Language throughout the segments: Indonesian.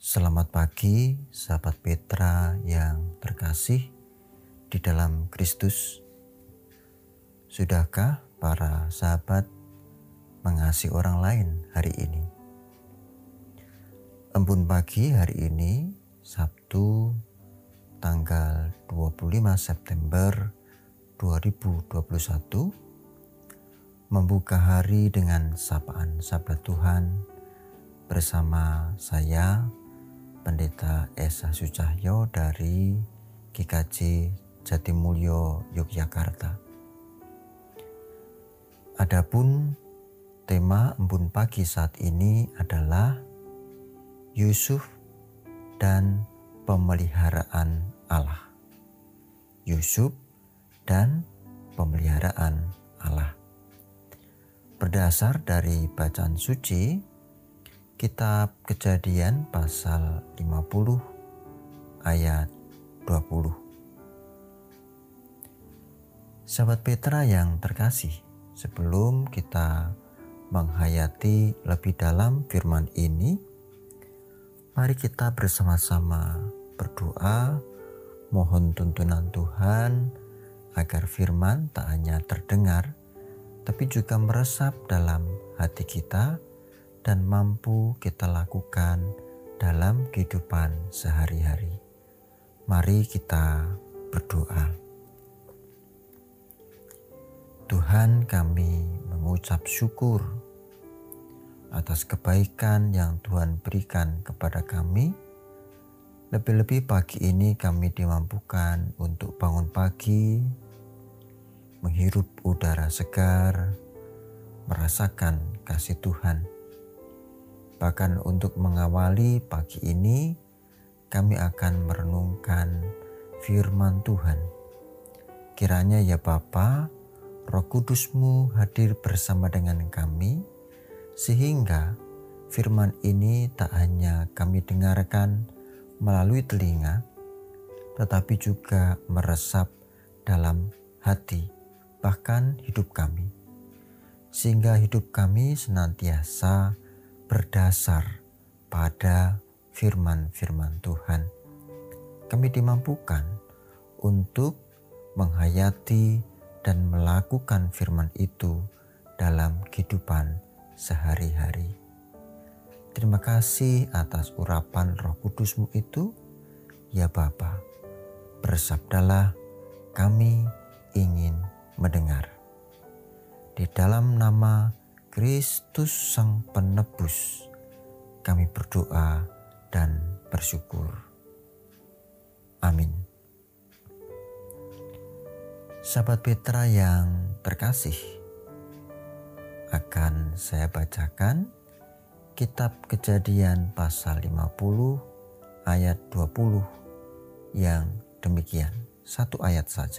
Selamat pagi, sahabat Petra yang terkasih di dalam Kristus. Sudahkah para sahabat mengasihi orang lain hari ini? Embun pagi hari ini, Sabtu tanggal 25 September 2021, membuka hari dengan sapaan sabda Tuhan bersama saya, Pendeta Esa Sucahyo dari GKJ Jatimulyo, Yogyakarta. Adapun tema embun pagi saat ini adalah Yusuf dan pemeliharaan Allah. Yusuf dan pemeliharaan Allah. Berdasar dari bacaan suci, Kitab Kejadian pasal 50 ayat 20. Sahabat Petra yang terkasih, sebelum kita menghayati lebih dalam firman ini, mari kita bersama-sama berdoa, mohon tuntunan Tuhan agar firman tak hanya terdengar, tapi juga meresap dalam hati kita dan mampu kita lakukan dalam kehidupan sehari-hari. Mari kita berdoa. Tuhan, kami mengucap syukur atas kebaikan yang Tuhan berikan kepada kami. Lebih-lebih pagi ini kami dimampukan untuk bangun pagi, menghirup udara segar, merasakan kasih Tuhan. Bahkan untuk mengawali pagi ini, kami akan merenungkan firman Tuhan. Kiranya ya Bapa, Roh Kudus-Mu hadir bersama dengan kami, sehingga firman ini tak hanya kami dengarkan melalui telinga, tetapi juga meresap dalam hati, bahkan hidup kami. Sehingga hidup kami senantiasa berdasar pada firman-firman Tuhan. Kami dimampukan untuk menghayati dan melakukan firman itu dalam kehidupan sehari-hari. Terima kasih atas urapan Roh Kudus-Mu itu, ya Bapa. Bersabdalah, kami ingin mendengar. Di dalam nama Kristus Sang Penebus, kami berdoa dan bersyukur. Amin. Sahabat Petra yang terkasih, akan saya bacakan Kitab Kejadian pasal 50 ayat 20 yang demikian, satu ayat saja.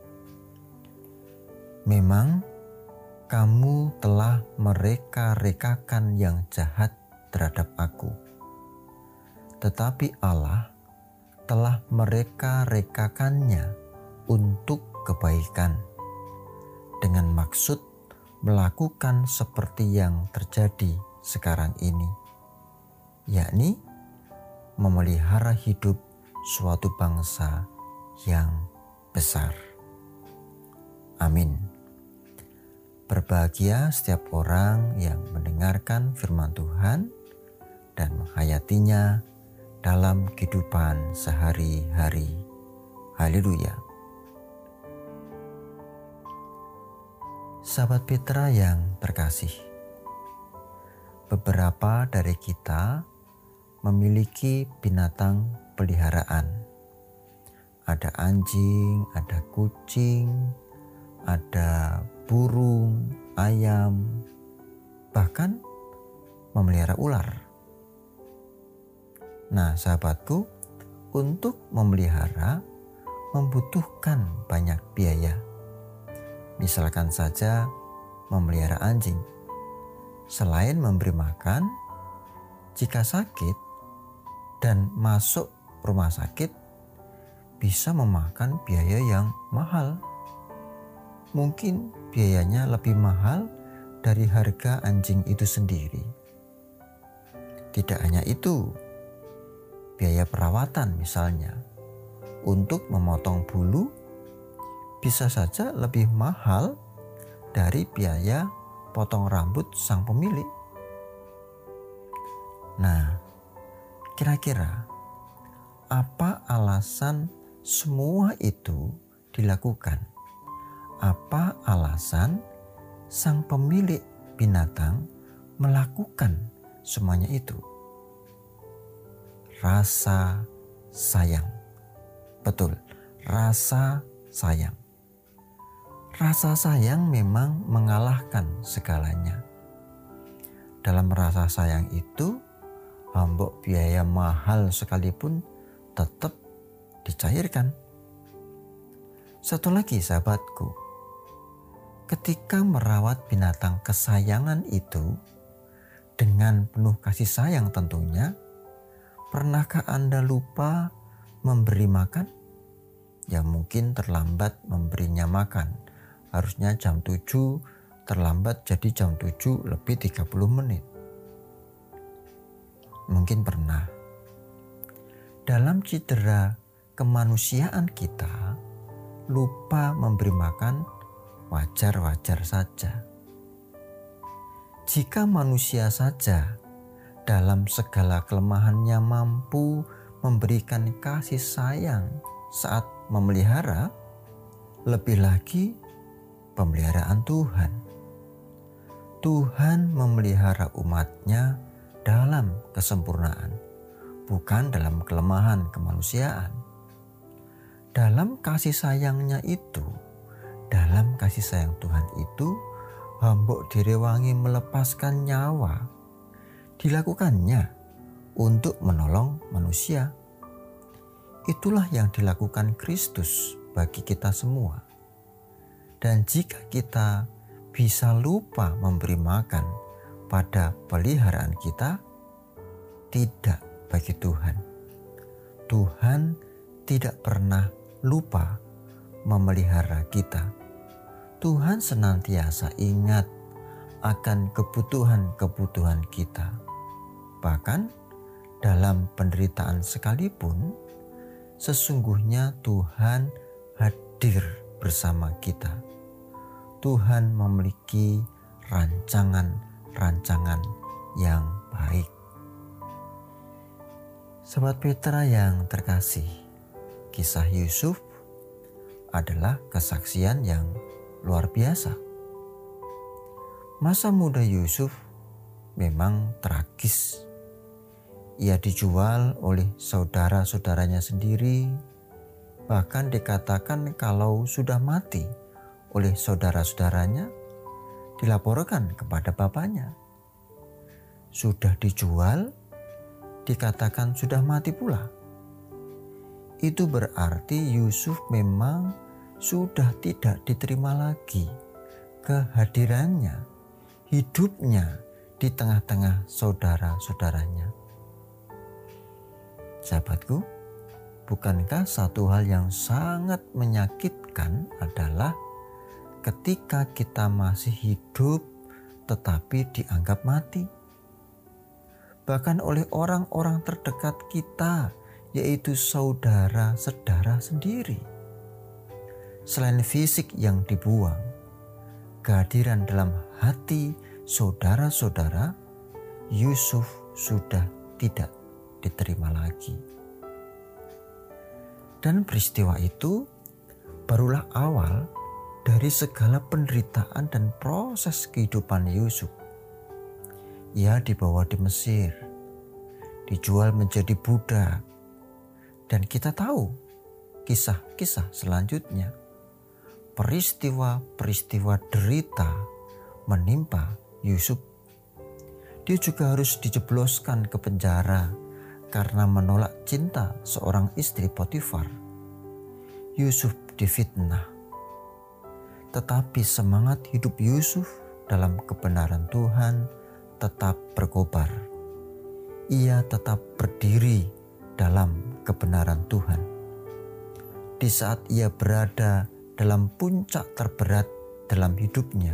Memang kamu telah mereka-rekakan yang jahat terhadap aku. Tetapi Allah telah mereka-rekakannya untuk kebaikan, dengan maksud melakukan seperti yang terjadi sekarang ini, yakni memelihara hidup suatu bangsa yang besar. Amin. Berbahagia setiap orang yang mendengarkan firman Tuhan dan menghayatinya dalam kehidupan sehari-hari. Haleluya. Sahabat Petra yang terkasih, beberapa dari kita memiliki binatang peliharaan. Ada anjing, ada kucing, ada burung, ayam, bahkan memelihara ular. Nah, sahabatku, untuk memelihara membutuhkan banyak biaya. Misalkan saja memelihara anjing. Selain memberi makan, jika sakit dan masuk rumah sakit, bisa memakan biaya yang mahal. Mungkin biayanya lebih mahal dari harga anjing itu sendiri. Tidak hanya itu, biaya perawatan misalnya, untuk memotong bulu bisa saja lebih mahal dari biaya potong rambut sang pemilik. Nah, kira-kira apa alasan semua itu dilakukan? Apa alasan sang pemilik binatang melakukan semuanya itu? Rasa sayang. Betul, rasa sayang. Rasa sayang memang mengalahkan segalanya. Dalam rasa sayang itu, ambok biaya mahal sekalipun tetap dicairkan. Satu lagi sahabatku, ketika merawat binatang kesayangan itu dengan penuh kasih sayang tentunya, pernahkah Anda lupa memberi makan? Ya mungkin terlambat memberinya makan. Harusnya jam 7, terlambat jadi jam 7 lebih 30 menit. Mungkin pernah. Dalam cedera kemanusiaan kita, lupa memberi makan wajar-wajar saja. Jika manusia saja dalam segala kelemahannya mampu memberikan kasih sayang saat memelihara, lebih lagi pemeliharaan Tuhan. Tuhan memelihara umatnya dalam kesempurnaan, bukan dalam kelemahan kemanusiaan. Dalam kasih sayangnya itu, dalam kasih sayang Tuhan itu, hambok direwangi melepaskan nyawa. Dilakukannya untuk menolong manusia. Itulah yang dilakukan Kristus bagi kita semua. Dan jika kita bisa lupa memberi makan pada peliharaan kita, tidak bagi Tuhan. Tuhan tidak pernah lupa memelihara kita. Tuhan senantiasa ingat akan kebutuhan-kebutuhan kita. Bahkan dalam penderitaan sekalipun, sesungguhnya Tuhan hadir bersama kita. Tuhan memiliki rancangan-rancangan yang baik. Sobat Petra yang terkasih, kisah Yusuf adalah kesaksian yang luar biasa. Masa muda Yusuf memang tragis. Ia dijual oleh saudara-saudaranya sendiri, bahkan dikatakan kalau sudah mati oleh saudara-saudaranya, dilaporkan kepada bapaknya. Sudah dijual, dikatakan sudah mati pula. Itu berarti Yusuf memang sudah tidak diterima lagi kehadirannya, hidupnya di tengah-tengah saudara-saudaranya. Sahabatku, bukankah satu hal yang sangat menyakitkan adalah ketika kita masih hidup tetapi dianggap mati? Bahkan oleh orang-orang terdekat kita, yaitu saudara-saudara sendiri. Selain fisik yang dibuang, kehadiran dalam hati saudara-saudara, Yusuf sudah tidak diterima lagi. Dan peristiwa itu barulah awal dari segala penderitaan dan proses kehidupan Yusuf. Ia dibawa di Mesir, dijual menjadi budak, dan kita tahu kisah-kisah selanjutnya. Peristiwa-peristiwa derita menimpa Yusuf. Dia juga harus dijebloskan ke penjara karena menolak cinta seorang istri Potifar. Yusuf difitnah. Tetapi semangat hidup Yusuf dalam kebenaran Tuhan tetap berkobar. Ia tetap berdiri dalam kebenaran Tuhan. Di saat ia berada dalam puncak terberat dalam hidupnya,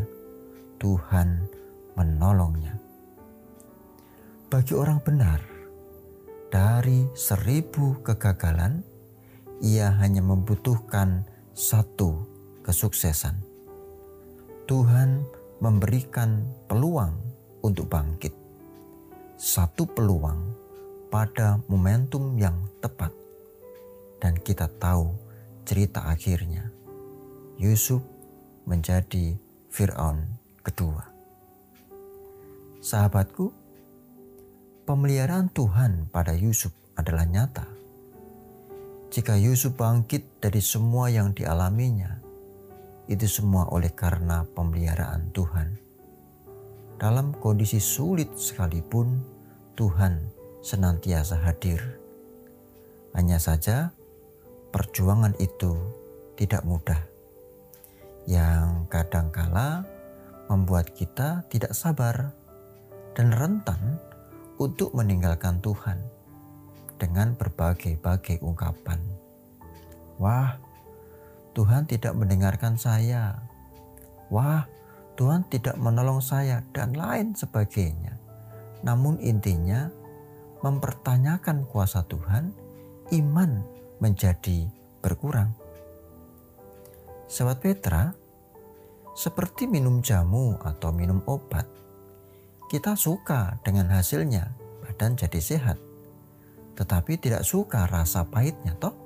Tuhan menolongnya. Bagi orang benar Dari 1000 kegagalan, ia hanya membutuhkan 1 kesuksesan. Tuhan memberikan peluang untuk bangkit. 1 peluang pada momentum yang tepat. Dan kita tahu cerita akhirnya. Yusuf menjadi Firaun kedua. Sahabatku, pemeliharaan Tuhan pada Yusuf adalah nyata. Jika Yusuf bangkit dari semua yang dialaminya, itu semua oleh karena pemeliharaan Tuhan. Dalam kondisi sulit sekalipun, Tuhan senantiasa hadir. Hanya saja, perjuangan itu tidak mudah, yang kadangkala membuat kita tidak sabar dan rentan untuk meninggalkan Tuhan dengan berbagai-bagai ungkapan. Wah, Tuhan tidak mendengarkan saya. Wah, Tuhan tidak menolong saya, dan lain sebagainya. Namun intinya, mempertanyakan kuasa Tuhan, iman menjadi berkurang. Sahabat Petra, seperti minum jamu atau minum obat, kita suka dengan hasilnya, badan jadi sehat. Tetapi tidak suka rasa pahitnya toh?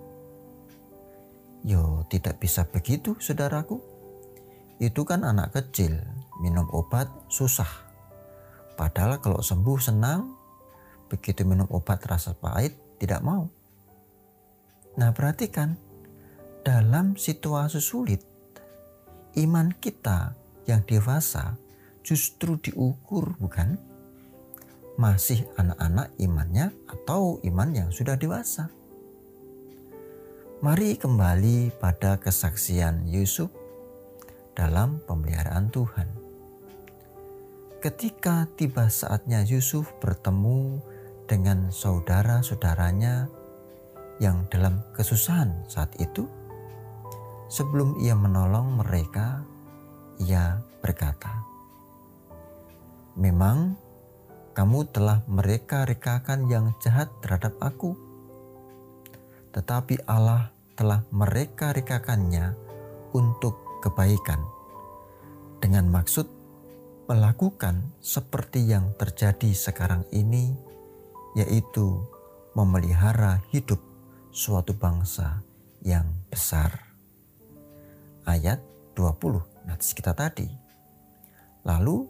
Yo, tidak bisa begitu saudaraku. Itu kan anak kecil, minum obat susah. Padahal kalau sembuh senang, begitu minum obat rasa pahit tidak mau. Nah, perhatikan, dalam situasi sulit, iman kita yang dewasa justru diukur, bukan? Masih anak-anak imannya atau iman yang sudah dewasa. Mari kembali pada kesaksian Yusuf dalam pemeliharaan Tuhan. Ketika tiba saatnya Yusuf bertemu dengan saudara-saudaranya yang dalam kesusahan saat itu, sebelum ia menolong mereka, ia berkata, "Memang kamu telah mereka-rekakan yang jahat terhadap aku, tetapi Allah telah mereka-rekakannya untuk kebaikan, dengan maksud melakukan seperti yang terjadi sekarang ini, yaitu memelihara hidup suatu bangsa yang besar." Ayat 20 nats kita tadi. Lalu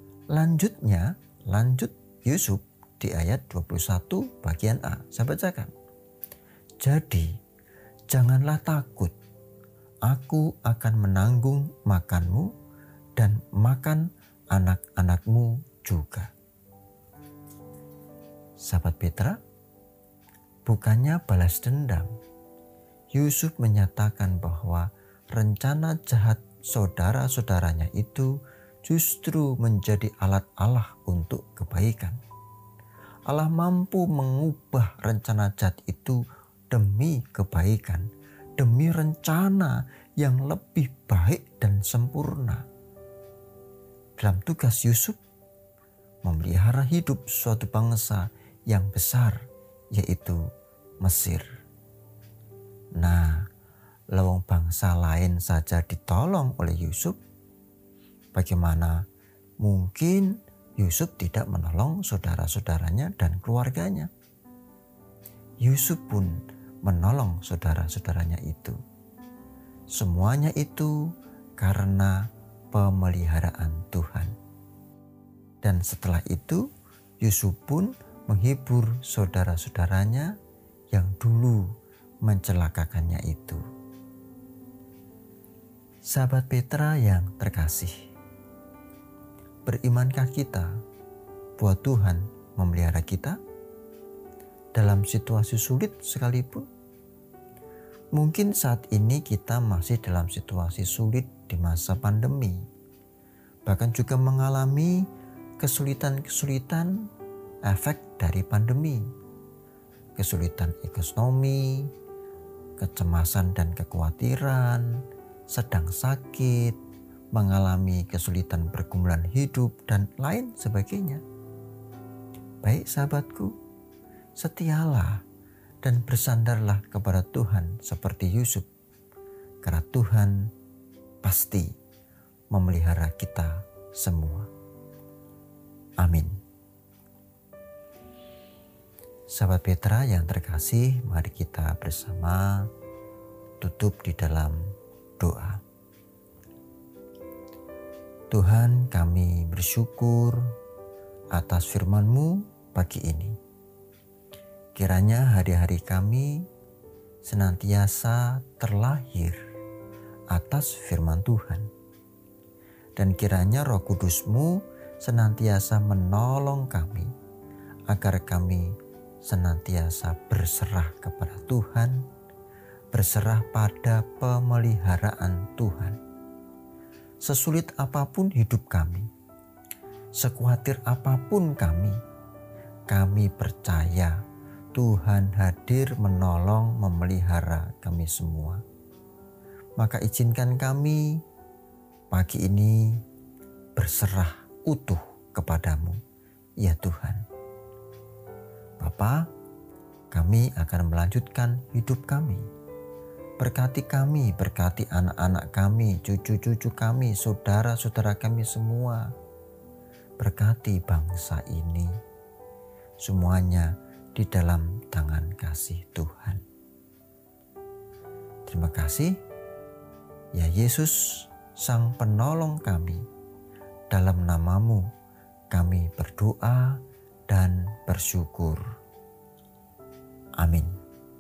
lanjut Yusuf di ayat 21 bagian A. Saya bacakan. "Jadi janganlah takut, aku akan menanggung makanmu dan makan anak-anakmu juga." Sahabat Petra, bukannya balas dendam, Yusuf menyatakan bahwa rencana jahat saudara-saudaranya itu justru menjadi alat Allah untuk kebaikan. Allah mampu mengubah rencana jahat itu demi kebaikan, demi rencana yang lebih baik dan sempurna. Dalam tugas Yusuf, memelihara hidup suatu bangsa yang besar, yaitu Mesir. Nah, lawang bangsa lain saja ditolong oleh Yusuf, bagaimana mungkin Yusuf tidak menolong saudara-saudaranya dan keluarganya? Yusuf pun menolong saudara-saudaranya itu. Semuanya itu karena pemeliharaan Tuhan. Dan setelah itu, Yusuf pun menghibur saudara-saudaranya yang dulu mencelakakannya itu. Sahabat Petra yang terkasih, berimankah kita bahwa Tuhan memelihara kita dalam situasi sulit sekalipun? Mungkin saat ini kita masih dalam situasi sulit di masa pandemi, bahkan juga mengalami kesulitan-kesulitan efek dari pandemi, kesulitan ekonomi, kecemasan dan kekhawatiran, sedang sakit, mengalami kesulitan pergumulan hidup, dan lain sebagainya. Baik sahabatku, setialah dan bersandarlah kepada Tuhan seperti Yusuf, karena Tuhan pasti memelihara kita semua. Amin. Sahabat Petra yang terkasih, mari kita bersama tutup di dalam doa. Tuhan, kami bersyukur atas firman-Mu pagi ini. Kiranya hari-hari kami senantiasa terlahir atas firman Tuhan. Dan kiranya Roh Kudus-Mu senantiasa menolong kami agar kami senantiasa berserah kepada Tuhan, berserah pada pemeliharaan Tuhan. Sesulit apapun hidup kami, sekhawatir apapun kami percaya Tuhan hadir menolong memelihara kami semua. Maka izinkan kami pagi ini berserah utuh kepadamu, ya Tuhan. Bapa, kami akan melanjutkan hidup kami. Berkati kami, berkati anak-anak kami, cucu-cucu kami, saudara-saudara kami semua. Berkati bangsa ini, semuanya di dalam tangan kasih Tuhan. Terima kasih, ya Yesus, Sang Penolong kami. Dalam nama-Mu kami berdoa dan bersyukur. Amin.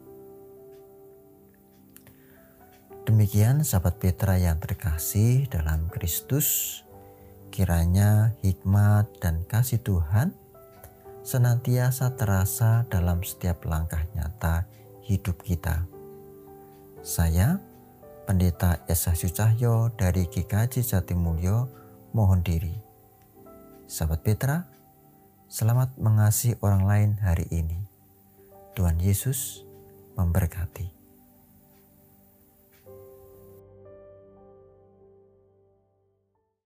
Demikian sahabat Petra yang terkasih dalam Kristus, kiranya hikmat dan kasih Tuhan senantiasa terasa dalam setiap langkah nyata hidup kita. Saya, Pendeta Esa Sucahyo dari GKJ Jatimulyo, mohon diri. Sahabat Petra, selamat mengasihi orang lain hari ini. Tuhan Yesus memberkati.